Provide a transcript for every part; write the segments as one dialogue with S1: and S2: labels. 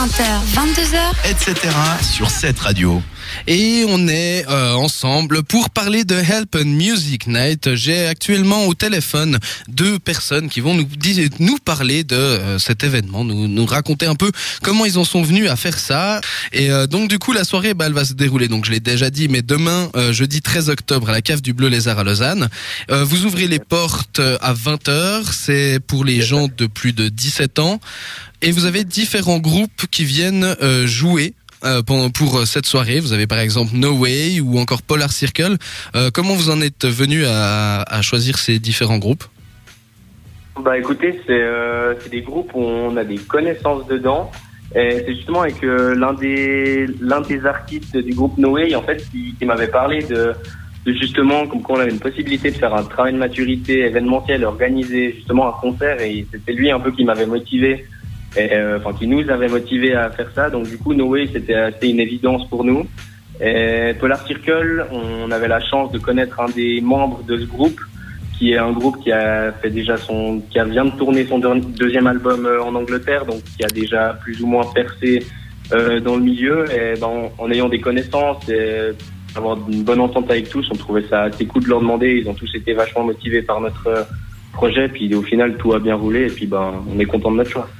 S1: 20h, 22h,
S2: etc. sur cette radio.
S3: Et on est ensemble pour parler de Help and Music Night. J'ai actuellement au téléphone deux personnes qui vont nous parler de cet événement, nous raconter un peu comment ils en sont venus à faire ça. Et donc du coup la soirée elle va se dérouler, donc je l'ai déjà dit, mais demain jeudi 13 octobre à la cave du Bleu Lézard à Lausanne. Vous ouvrez les portes à 20h, c'est pour les gens de plus de 17 ans. Et vous avez différents groupes qui viennent jouer pour cette soirée. Vous avez par exemple No Way ou encore Polar Circle. Comment vous en êtes venu à choisir ces différents groupes ?
S4: Bah écoutez, c'est des groupes où on a des connaissances dedans. Et c'est justement avec l'un des artistes du groupe No Way, en fait, qui m'avait parlé de justement comme quoi on avait une possibilité de faire un travail de maturité événementiel, organiser justement un concert, et c'était lui un peu qui m'avait motivé. Qui nous avait motivé à faire ça. Donc du coup, No Way, c'était assez une évidence pour nous. Et Polar Circle, on avait la chance de connaître un des membres de ce groupe, qui est un groupe qui vient de tourner son deuxième album en Angleterre, donc qui a déjà plus ou moins percé dans le milieu. Et en ayant des connaissances et avoir une bonne entente avec tous, on trouvait ça assez cool de leur demander. Ils ont tous été vachement motivés par notre projet, puis au final tout a bien roulé, et puis on est content de notre choix.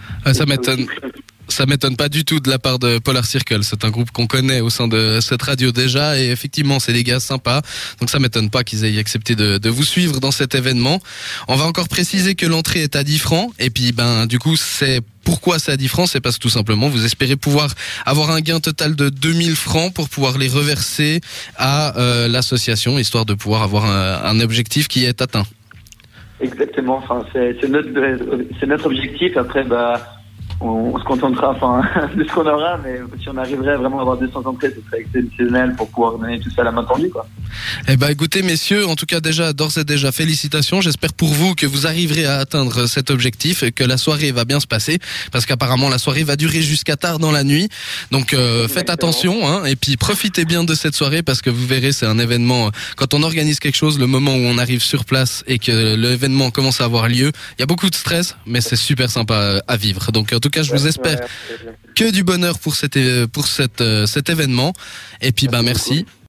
S3: Ça m'étonne pas du tout de la part de Polar Circle. C'est un groupe qu'on connaît au sein de cette radio déjà, et effectivement c'est des gars sympas, donc ça m'étonne pas qu'ils aient accepté de vous suivre dans cet événement. On va encore préciser que l'entrée est à 10 francs, et puis du coup pourquoi c'est à 10 francs, c'est parce que tout simplement vous espérez pouvoir avoir un gain total de 2000 francs pour pouvoir les reverser à l'association, histoire de pouvoir avoir un objectif qui est atteint.
S5: Exactement, c'est notre objectif. Après on se contentera de ce qu'on aura, mais si on arriverait vraiment à avoir 200 entrées, ce serait exceptionnel pour pouvoir donner tout ça à la main tendue, quoi.
S3: Écoutez messieurs, en tout cas d'ores et déjà félicitations. J'espère pour vous que vous arriverez à atteindre cet objectif et que la soirée va bien se passer, parce qu'apparemment la soirée va durer jusqu'à tard dans la nuit. Donc faites attention, et puis profitez bien de cette soirée, parce que vous verrez, c'est un événement, quand on organise quelque chose, le moment où on arrive sur place et que l'événement commence à avoir lieu, il y a beaucoup de stress, mais c'est super sympa à vivre. Donc en tout cas, je vous espère que du bonheur pour cet événement. Et puis merci.